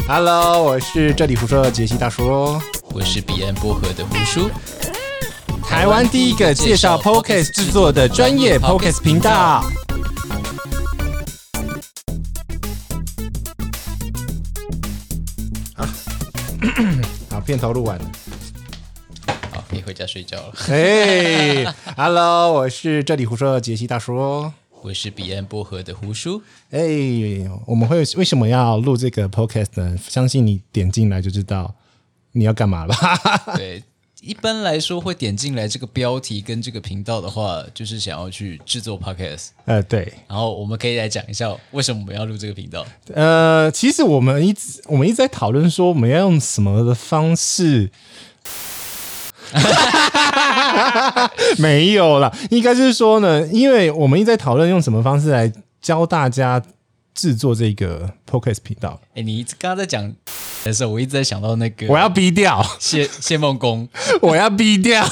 Hello， 我是这里胡说的杰西大叔， 我是彼岸薄荷的胡叔， 台湾第一个介绍 Podcast 制作的专业 Podcast 频道。好，片头录完了。 好，可以回家睡觉了。 嘿 ，Hello， 我是这里胡说的杰西大叔。 我是彼岸薄荷的胡叔。 我们为什么要录这个 podcast 呢？相信你点进来就知道你要干嘛了。 对，一般来说会点进来这个标题跟这个频道的话，就是想要去制作 podcast。 对。 然后我们可以来讲一下为什么我们要录这个频道。 其实我们一直在讨论说我们要用什么的方式。没有啦，应该是说呢，因为我们一直在讨论用什么方式来教大家制作这个 podcast 频道。 你刚刚在讲的时候，我一直在想到那个， 我要逼掉谢梦工， 我要逼掉，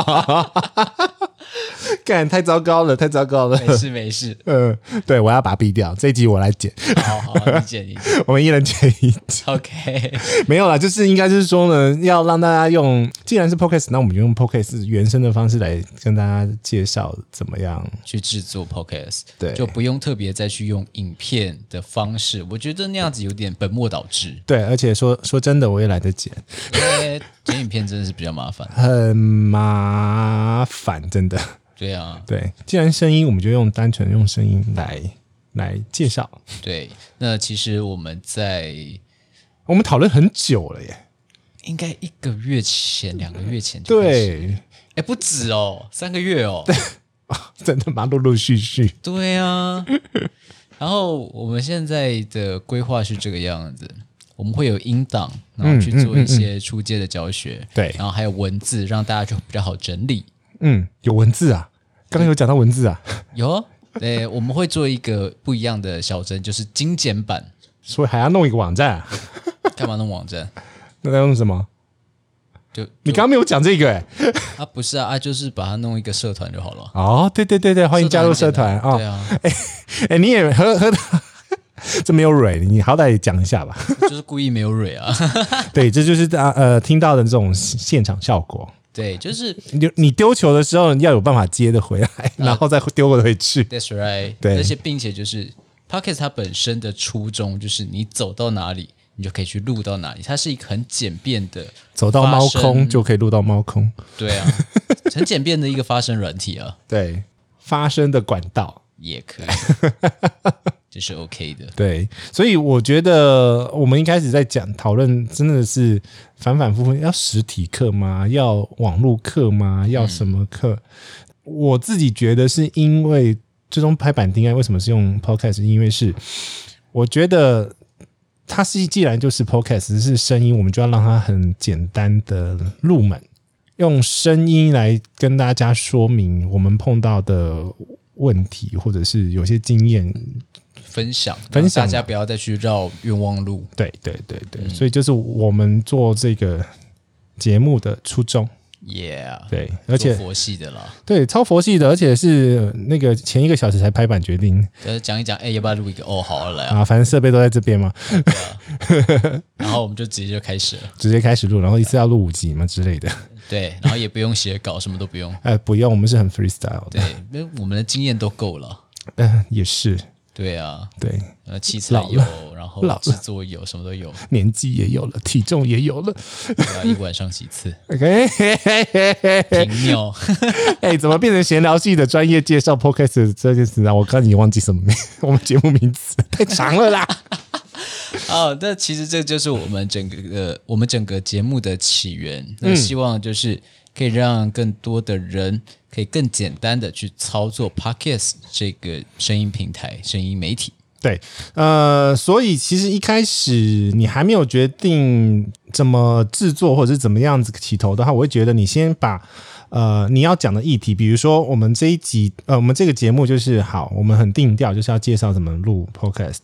干太糟糕了，太糟糕了。 没事。 对，我要把它逼掉。这一集我来剪。 好，你剪。 我们一人剪一集。 OK， 没有啦，就是应该是说呢，要让大家用，既然是 podcast， 那我们就用 podcast 原生的方式来跟大家介绍怎么样去制作 podcast， 对， 就不用特别再去用影片的方式，我觉得那样子有点本末倒置。 对，而且说真的，我也懒得剪， 因为剪影片真的是比较麻烦， 很麻烦，真的。 对啊， 对，既然声音，我们就单纯用声音来介绍。 对，那其实我们讨论很久了耶， 应该1个月前、2个月前就开始。对，不止哦，3个月哦。 对，真的吗？陆陆续续。 对啊。然后我们现在的规划是这个样子，我们会有音档，然后去做一些初阶的教学， 对， 然后还有文字，让大家就比较好整理。 有文字啊，刚刚有讲到文字啊， 有啊，对，我们会做一个不一样的小针，就是精简版， 所以还要弄一个网站啊？ 干嘛弄网站？ 那要用什么？你刚刚没有讲这个不是啊，就是把它弄一个社团就好了。 哦，对，欢迎加入社团哦。对啊， 你也喝这没有蕊，你好歹也讲一下吧。 就是故意没有蕊啊。 对，这就是听到的这种现场效果。 对，就是你丢球的时候要有办法接得回来，然后再丢回去。 That's right。 对， 而且并且就是 Podcast 它本身的初衷就是你走到哪里，你就可以去录到哪里，它是一个很简便的， 走到猫空就可以录到猫空。 对啊，很简便的一个发声软体啊。 对，发声的管道也可以。这是 OK 的。 对，所以我觉得我们一开始在讨论真的是反复复，要实体课吗？要网络课吗？要什么课？我自己觉得是因为最终拍板定案为什么是用 podcast， 因为是我觉得它是既然就是 podcast 是声音，我们就要让它很简单的入门，用声音来跟大家说明我们碰到的问题，或者是有些经验分享，大家不要再去绕冤枉路。 对，所以就是我们做这个节目的初衷。 Yeah， 对，而且佛系的啦， 对，超佛系的，而且是那个前1个小时才拍板决定。 讲一讲，要不要录一个？好啊，来啊，反正设备都在这边嘛。 对啊，然后我们就直接就开始了， 直接开始录，然后一次要录5集嘛之类的。 对，然后也不用写稿，什么都不用。 不用，我们是很 freestyle 的。 对，因为我们的经验都够了。 也是。 对啊， 对， 器材有，然后制作有，什么都有， 年纪也有了，体重也有了， 一晚上几次 ？OK， 平妙。 怎么变成闲聊系的专业介绍 podcast 这件事啊？我刚才已经忘记什么我们节目名字太长了啦。 那其实这就是我们整个节目的起源。那希望就是可以让更多的人可以更简单的去操作 Podcast 这个声音平台、声音媒体。 对，所以其实一开始你还没有决定怎么制作或者是怎么样子起头的话，我会觉得你先把你要讲的议题，比如说我们这一集我们这个节目就是好，我们很定调就是要介绍怎么录 Podcast。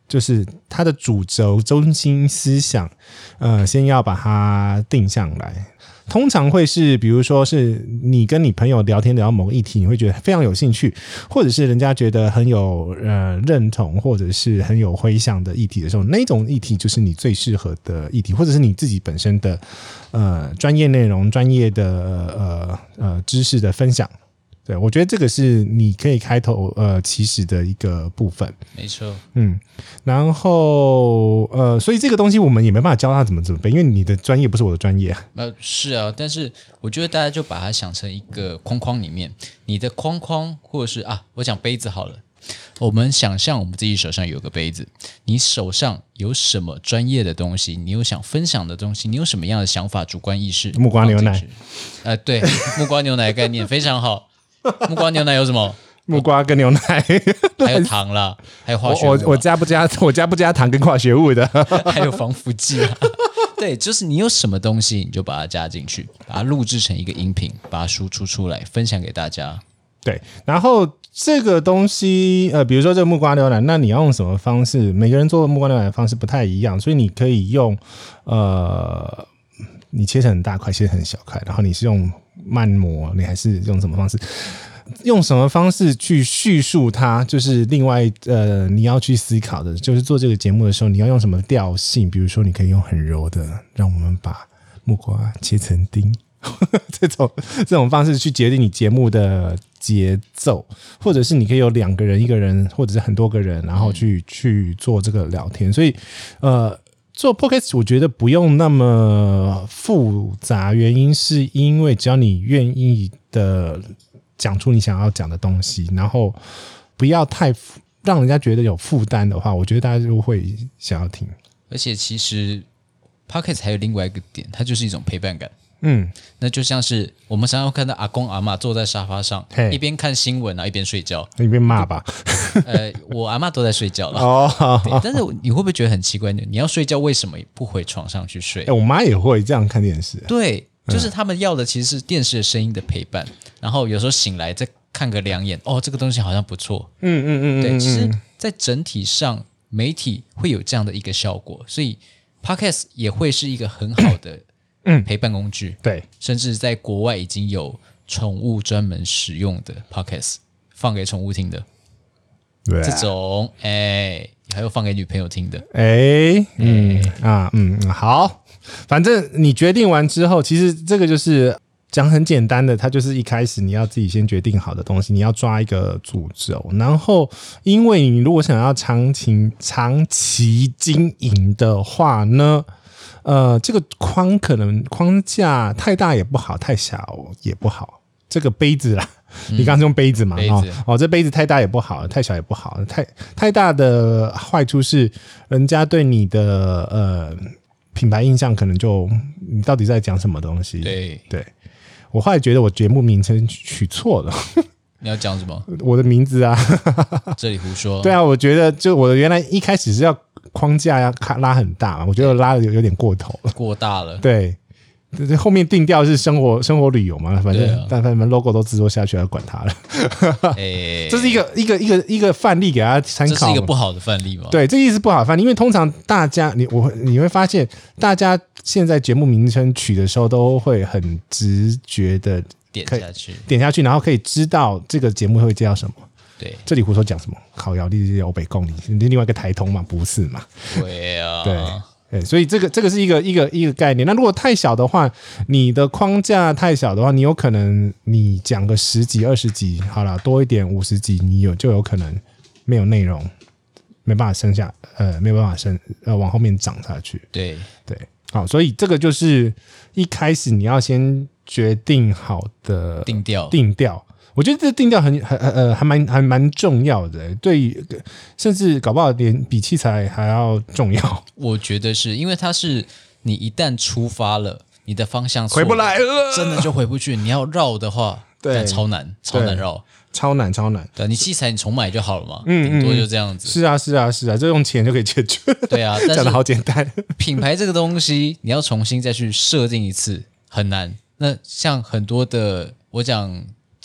就是它的主轴、中心思想，先要把它定下来。通常会是，比如说是你跟你朋友聊天聊到某个议题，你会觉得非常有兴趣，或者是人家觉得很有认同，或者是很有回响的议题的时候，那种议题就是你最适合的议题，或者是你自己本身的专业内容、专业的知识的分享。对，我觉得这个是你可以开头起始的一个部分， 没错。 然后所以这个东西我们也没办法教他怎么准备，因为你的专业不是我的专业。 是啊，但是我觉得大家就把它想成一个框框里面，你的框框或者是我讲杯子好了，我们想象我们自己手上有个杯子，你手上有什么专业的东西，你有想分享的东西，你有什么样的想法、主观意识？ 木瓜牛奶， 对，木瓜牛奶的概念非常好。木瓜牛奶有什么？ 木瓜跟牛奶， 还有糖啦，还有化学物。 我家不加糖跟化学物的， 还有防腐剂啊。对，就是你有什么东西，你就把它加进去，把它录制成一个音频，把它输出出来，分享给大家。 对，然后这个东西，比如说这个木瓜牛奶，那你要用什么方式？每个人做木瓜牛奶的方式不太一样，所以你可以用你切成很大块，切成很小块，然后你是用慢磨，你还是用什么方式？用什么方式去叙述它？就是另外你要去思考的，就是做这个节目的时候，你要用什么调性？比如说，你可以用很柔的，让我们把木瓜切成丁，这种方式去决定你节目的节奏，或者是你可以有2个人、1个人，或者是很多个人，然后去做这个聊天。所以做 podcast 我觉得不用那么复杂，原因是因为只要你愿意的讲出你想要讲的东西，然后不要太让人家觉得有负担的话，我觉得大家就会想要听。 而且其实 podcast 还有另外一个点，它就是一种陪伴感。那就像是我们常常看到阿公阿嬷坐在沙发上，一边看新闻一边睡觉， 一边骂吧。 我阿嬷都在睡觉了。对，但是你会不会觉得很奇怪呢？你要睡觉为什么不回床上去睡？ 我妈也会这样看电视。 对，就是他们要的其实是电视的声音的陪伴，然后有时候醒来再看个2眼，这个东西好像不错。对，其实在整体上媒体会有这样的一个效果，所以 Podcast 也会是一个很好的陪伴工具。 对， 甚至在国外已经有宠物专门使用的 Podcast， 放给宠物听的。 对， 这种还有放给女朋友听的。 好，反正你决定完之后，其实这个就是讲很简单的，它就是一开始你要自己先决定好的东西，你要抓一个主轴，然后因为你如果想要长期经营的话呢，这个框架太大也不好，太小也不好。这个杯子啦，你刚刚是用杯子嘛？这杯子太大也不好，太小也不好。太大的坏处是，人家对你的品牌印象可能就你到底在讲什么东西？对，我后来觉得我节目名称取错了。 你要讲什么？ 我的名字啊， 这里胡说。 对啊，我觉得就我原来一开始是要框架要拉很大嘛，我觉得拉的有点过头了，过大了。 对。后面定调是生活旅游嘛，反正 logo 都制作下去，要管它了。这是一个范例给大家参考， 这是一个不好的范例吗？ 对，这意思不好的范例，因为通常大家你会发现，大家现在节目名称取的时候都会很直觉的点下去， 然后可以知道这个节目会叫什么。 对， 这里胡说讲什么？烤窑地欧北贡里，另外一个台通嘛，不是嘛？ 对啊， 对，所以这个是一个概念。那如果太小的话，你的框架太小的话，你有可能你讲个10集、20集，好了，多一点50集，就有可能没有内容，没办法没有办法往后面涨下去。 对， 好，所以这个就是一开始你要先决定好的定调。我觉得这定调还蛮重要的，对，甚至搞不好比器材还要重要。 我觉得是因为它是你一旦出发了，你的方向回不来了， 真的就回不去。你要绕的话，对，超难绕， 超难。 对，你器材你重买就好了嘛，顶多就这样子。 是啊，这用钱就可以解决。 对啊， 讲得好简单。 品牌这个东西，你要重新再去设定一次很难。那像很多的我讲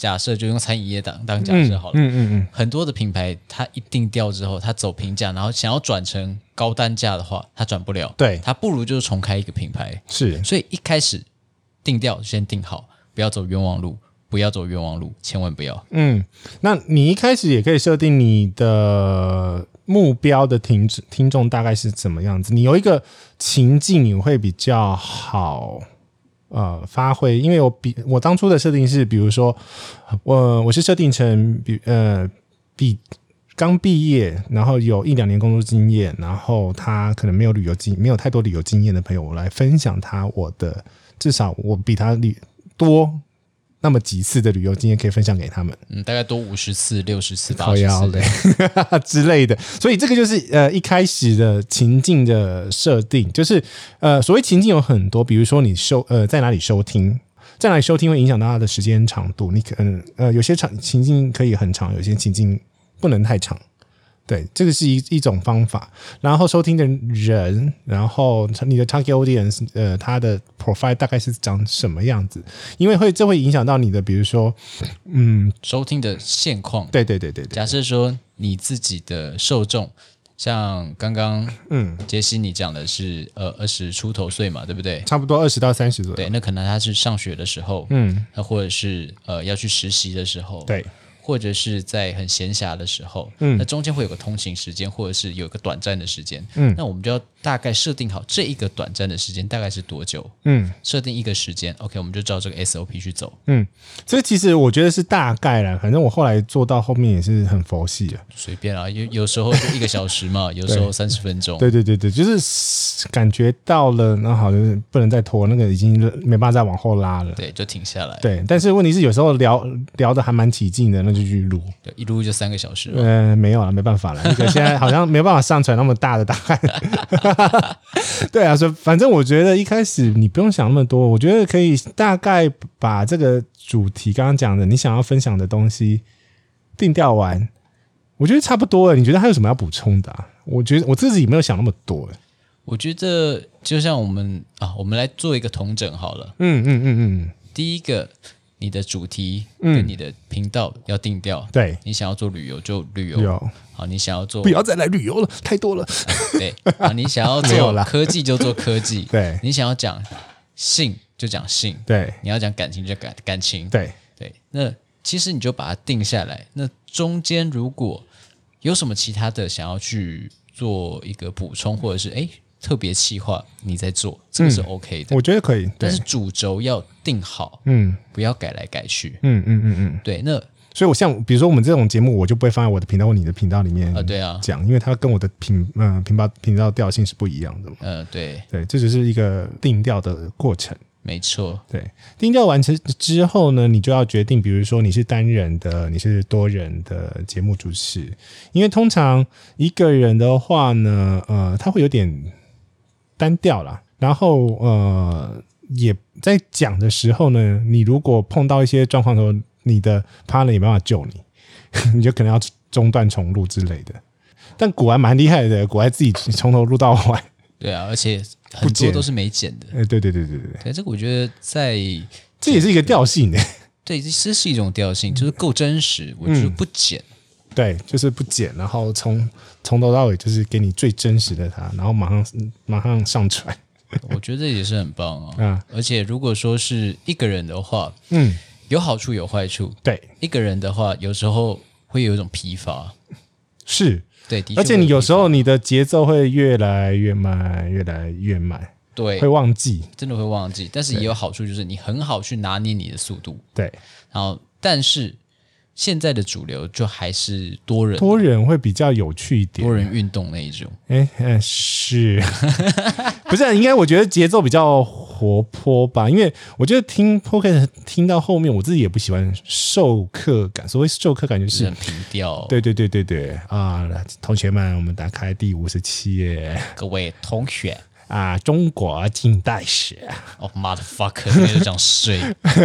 假设就用餐饮业当假设好了，很多的品牌它一定调之后，它走平价，然后想要转成高单价的话，它转不了， 对， 它不如就是重开一个品牌， 是， 所以一开始定调先定好，不要走冤枉路。不要走冤枉路，千万不要。 那你一开始也可以设定你的目标的听众大概是怎么样子，你有一个情境你会比较好发挥，因为我当初的设定是，比如说我是设定成比刚毕业，然后有1-2年工作经验，然后他可能没有太多旅游经验的朋友，我来分享至少我比他多那么几次的旅游经验可以分享给他们， 大概多50次、60次、80 次之类的。所以这个就是一开始的情境的设定，就是所谓情境有很多，比如说你在哪里收听，在哪里收听会影响到它的时间长度。你可能有些情境可以很长，有些情境不能太长。对，这个是一种方法。然后收听的人，然后你的 target audience，他的 profile 大概是长什么样子？因为这会影响到你的，比如说， 收听的现况。 对。 假设说你自己的受众，像刚刚杰西你讲的是20出头岁嘛，对不对？ 差不多20到30左右。 对，那可能他是上学的时候，那或者是要去实习的时候， 对。 或者是在很闲暇的时候，那中间会有个通勤时间，或者是有一个短暂的时间，那我们就要大概设定好这一个短暂的时间大概是多久，设定一个时间 ，OK， 我们就照这个 SOP 去走， 这其实我觉得是大概啦，反正我后来做到后面也是很佛系的， 随便啊，有时候就1个小时嘛，有时候30分钟， 对，就是感觉到了，那好像不能再拖，那个已经没办法再往后拉了， 对，就停下来， 对，但是问题是有时候聊的还蛮起劲的，那就去录， 对，一录就3个小时， 没有了，没办法了，那个现在好像没有办法上传那么大的档案，对啊，所以反正我觉得一开始你不用想那么多，我觉得可以大概把这个主题刚刚讲的你想要分享的东西定调完，我觉得差不多了。你觉得还有什么要补充的我觉得我自己没有想那么多。 我觉得就像我们来做一个统整好了。第一个，你的主题跟你的频道要定调。 对， 你想要做旅游就旅游。好，你想要做不要再来旅游了，太多了。 对啊，你想要做科技就做科技。 对， 你想要讲性就讲性。 对， 你要讲感情就讲感情。 对。 那其实你就把它定下来。那中间如果有什么其他的想要去做一个补充，或者是特别企划你在做，这个是 OK 的， 我觉得可以。 但是主轴要定好，不要改来改去。对，那所以我像比如说我们这种节目，我就不会放在我的频道或你的频道里面讲，因为它跟我的频道调性是不一样的嘛。 对， 这只是一个定调的过程。 没错， 对，定调完成之后呢，你就要决定，比如说你是单人的，你是多人的节目主持，因为通常一个人的话呢，他会有点单调啦，然后也在讲的时候呢，你如果碰到一些状况的时候，你的 partner 也没办法救你，你就可能要中断重录之类的。但古玩蛮厉害的，古玩自己从头录到完。 对啊，而且很多都是没剪的。 对， 这个我觉得这也是一个调性的。 对，这是一种调性，就是够真实，我就不剪。 对，就是不剪，然后从头到尾就是给你最真实的它，然后马上上传。 我觉得也是很棒而且如果说是一个人的话，有好处有坏处。对，一个人的话，有时候会有一种疲乏。是。对， 而且你有时候你的节奏会越来越慢， 对， 会忘记， 真的会忘记。但是也有好处，就是你很好去拿捏你的速度。 对， 然后但是现在的主流就还是多人会比较有趣一点， 多人运动那一种。 是，不是？应该我觉得节奏比较活泼吧，因为我觉得听 podcast 听到后面，我自己也不喜欢授课感。所谓授课感就是很平调。 对同学们，我们打开第57页。 各位同学中国近代史。 motherfucker， 没有讲水。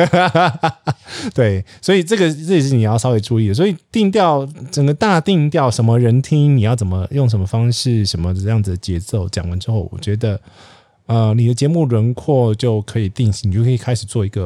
对，所以这也是你要稍微注意的。所以定调，整个大定调，什么人听，你要怎么用什么方式，什么这样子的节奏，讲完之后，我觉得你的节目轮廓就可以定型，你就可以开始做一个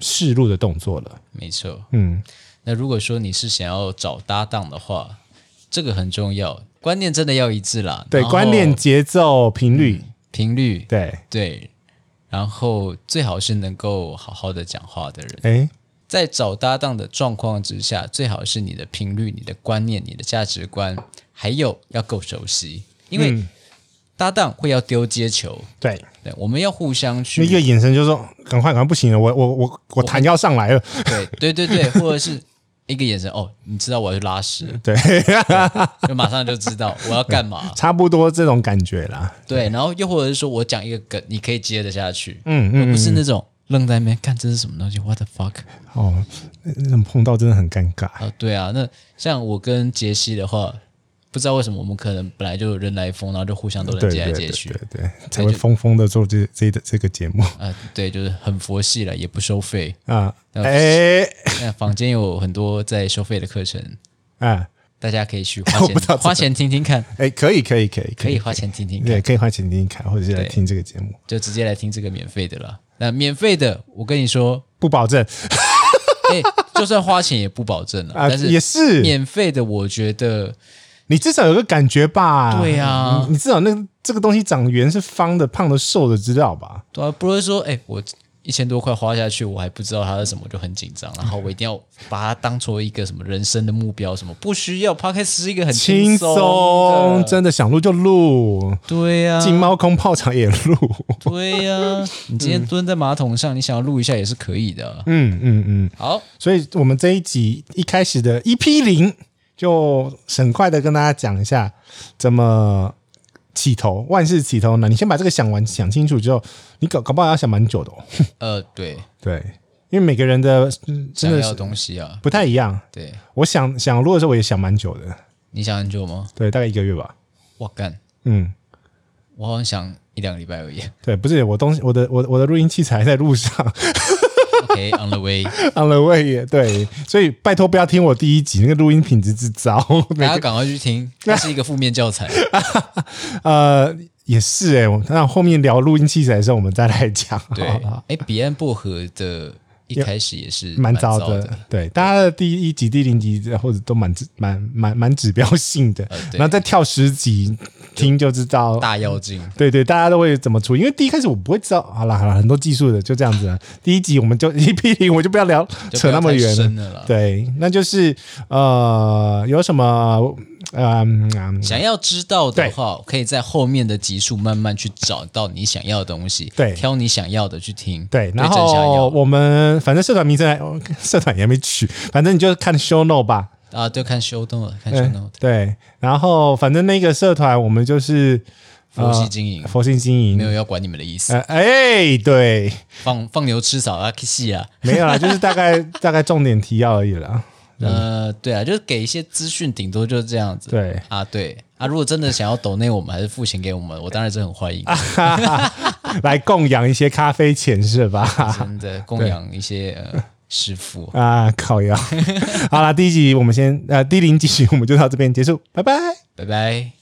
试录的动作了。 没错。 嗯， 那如果说你是想要找搭档的话，这个很重要，观念真的要一致啦。 对， 然后观念、节奏、频率， 频率， 对， 对，然后最好是能够好好的讲话的人。 哎， 在找搭档的状况之下，最好是你的频率、你的观念、你的价值观，还有要够熟悉，因为搭档会要丢接球， 对， 对，我们要互相去那一个眼神就说赶快不行了，我弹要上来了， 对，或者是一个眼神，哦，你知道我要去拉屎了， 对， 就马上就知道我要干嘛。 差不多这种感觉啦。 对，然后又或者是说我讲一个梗，你可以接得下去， 嗯而不是那种愣在那边看这是什么东西 ，What the fuck？ 哦，那种碰到真的很尴尬。 对啊，那像我跟杰西的话，不知道为什么我们可能本来就人来疯，然后就互相都能接来接去， 对，才会疯疯的做这个节目对，就是很佛系了，也不收费啊。 那坊间有很多在收费的课程啊， 大家可以去花钱听听看。 可以花钱听听看， 对，可以花钱听听看，或者是来听这个节目， 就直接来听这个免费的了。那免费的，我跟你说不保证。 就算花钱也不保证了，但是也是免费的，我觉得。 你至少有个感觉吧？ 对啊， 你至少这个东西长圆是方的、胖的、瘦的，知道吧？ 对啊，不是说我1000多块花下去，我还不知道它是什么，就很紧张，然后我一定要把它当做一个什么人生的目标，什么不需要 Podcast 是一个很轻松， 真的想录就录。 对呀， 进猫空泡茶也录。 对呀，你今天蹲在马桶上，你想要录一下也是可以的。好， 所以我们这一集一开始的 EP0。就很快的跟大家讲一下怎么起头，万事起头难。你先把这个想清楚之后，你搞不好要想蛮久的哦。 对， 因为每个人的想要的东西啊不太一样。 对， 我想录的时候我也想蛮久的。 你想很久吗？ 对，大概1个月吧。 哇干，我好像想1-2个礼拜而已。 对，不是我的录音器材在路上。 OK, on the way. On the way, 对，所以拜托不要听我第1集，那个录音品质之糟， 大家赶快去听，它是一个负面教材。 也是那后面聊录音器材的时候我们再来讲。 对，彼岸薄荷的一开始也是蛮糟的，对，大家的第1集、第0集或者都蛮指标性的，然后再跳10集听就知道大妖精。 对，大家都会怎么处理，因为第一开始我不会知道。好了，很多技术的就这样子了。第1集我们就EP0，我就不要聊扯那么远了。 对，那就是有什么想要知道的话，可以在后面的集数慢慢去找到你想要的东西， 对， 挑你想要的去听。 对，然后我们反正社团名称，社团也还没取，反正你就看 show note 吧。 对，看 show note， 看 show note。 对，然后反正那个社团我们就是佛系经营， 佛系经营， 没有要管你们的意思。 对， 放牛吃草啊，戏啊， 没有啦，就是大概重点提要而已啦。 对啊，就是给一些资讯，顶多就是这样子。 对啊，如果真的想要抖内我们，还是付钱给我们，我当然是很欢迎。 来供养一些咖啡钱是吧？ 真的供养一些师傅啊，靠腰。好啦，第1集我们先第0集我们就到这边结束，拜拜， 拜拜。